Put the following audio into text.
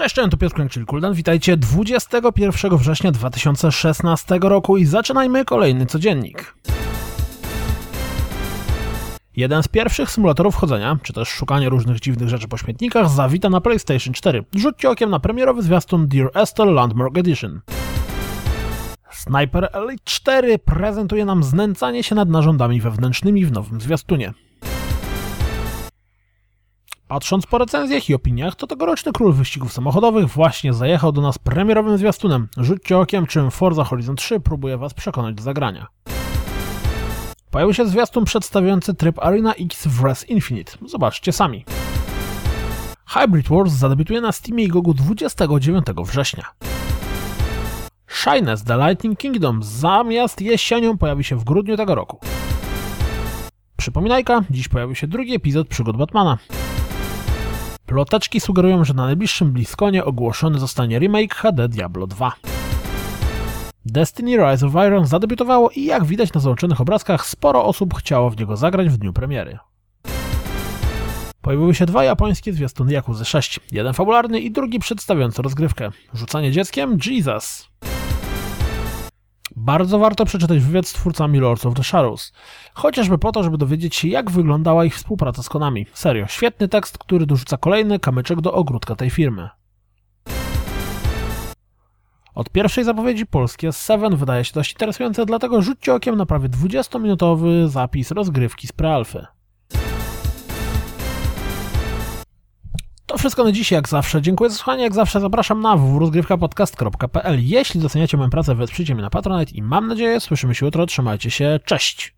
Cześć, to Piotr Kłęk, czyli Kuldan. Witajcie 21 września 2016 roku i zaczynajmy kolejny codziennik. Jeden z pierwszych symulatorów chodzenia, czy też szukania różnych dziwnych rzeczy po śmietnikach, zawita na PlayStation 4. Rzućcie okiem na premierowy zwiastun Dear Esther Landmark Edition. Sniper Elite 4 prezentuje nam znęcanie się nad narządami wewnętrznymi w nowym zwiastunie. Patrząc po recenzjach i opiniach, to tegoroczny król wyścigów samochodowych właśnie zajechał do nas premierowym zwiastunem. Rzućcie okiem, czym Forza Horizon 3 próbuje was przekonać do zagrania. Pojawił się zwiastun przedstawiający tryb Arena X w Res Infinite. Zobaczcie sami. Hybrid Wars zadebiutuje na Steamie i GOG 29 września. Shines The Lightning Kingdom zamiast jesienią pojawi się w grudniu tego roku. Przypominajka, dziś pojawił się drugi epizod przygód Batmana. Ploteczki sugerują, że na najbliższym BlizzConie ogłoszony zostanie remake HD Diablo 2. Destiny Rise of Iron zadebiutowało i jak widać na załączonych obrazkach, sporo osób chciało w niego zagrać w dniu premiery. Pojawiły się dwa japońskie zwiastuny Yakuzy 6, jeden fabularny i drugi przedstawiający rozgrywkę. Rzucanie dzieckiem? Jesus! Bardzo warto przeczytać wywiad z twórcami Lords of the Shadows. Chociażby po to, żeby dowiedzieć się, jak wyglądała ich współpraca z Konami. Serio, świetny tekst, który dorzuca kolejny kamyczek do ogródka tej firmy. Od pierwszej zapowiedzi polskie Seven wydaje się dość interesujące, dlatego rzućcie okiem na prawie 20-minutowy zapis rozgrywki z prealfy. To wszystko na dziś, jak zawsze. Dziękuję za słuchanie, jak zawsze zapraszam na www.rozgrywkapodcast.pl. Jeśli doceniacie moją pracę, wesprzyjcie mnie na Patronite i mam nadzieję, słyszymy się jutro. Trzymajcie się, cześć!